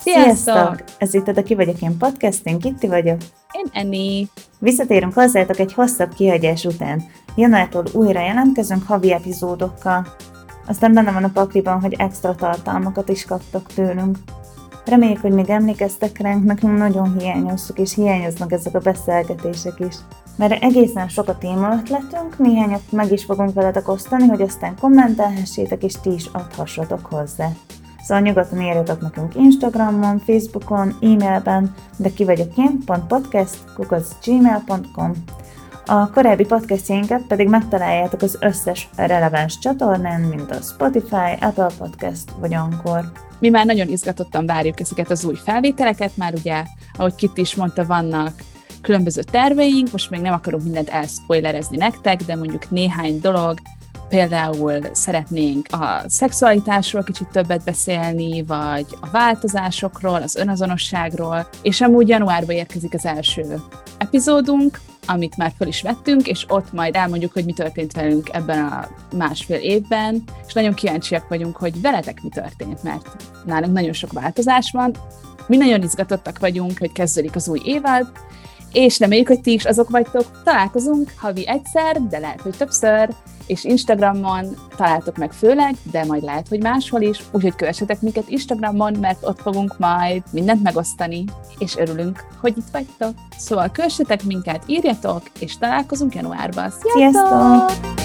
Sziasztok! Ez itt a De Ki vagyok én podcast, én Kitti vagyok. Én Enni. Visszatérünk hozzátok egy hosszabb kihagyás után. Januártól újra jelentkezünk havi epizódokkal. Aztán benne van a pakliban, hogy extra tartalmakat is kaptak tőlünk. Reméljük, hogy még emlékeztek ránk, nekünk nagyon hiányoztuk, és hiányoznak ezek a beszélgetések is. Mert egészen sok a témaötletünk, néhányat meg is fogunk veletek osztani, hogy aztán kommentelhessétek, és ti is adhassatok hozzá. Szóval nyugodtan írjatok nekünk Instagramon, Facebookon, e-mailben, de ki vagyok én.podcast@gmail.com. A korábbi podcastjainkat pedig megtaláljátok az összes releváns csatornán, mint a Spotify, Apple Podcast vagy Anchor. Mi már nagyon izgatottan várjuk ezeket az új felvételeket, már ugye, ahogy Kitti is mondta, vannak különböző terveink, most még nem akarunk mindent elspoilerezni nektek, de mondjuk néhány dolog, például szeretnénk a szexualitásról kicsit többet beszélni, vagy a változásokról, az önazonosságról, és amúgy januárban érkezik az első epizódunk, amit már föl is vettünk, és ott majd elmondjuk, hogy mi történt velünk ebben a másfél évben, és nagyon kíváncsiak vagyunk, hogy veletek mi történt, mert nálunk nagyon sok változás van. Mi nagyon izgatottak vagyunk, hogy kezdődik az új évad, és reméljük, hogy ti is azok vagytok. Találkozunk havi egyszer, de lehet, hogy többször, és Instagramon találtok meg főleg, de majd lehet, hogy máshol is, úgyhogy kövessetek minket Instagramon, mert ott fogunk majd mindent megosztani, és örülünk, hogy itt vagytok. Szóval kövessetek minket, írjatok, és találkozunk januárban. Sziasztok!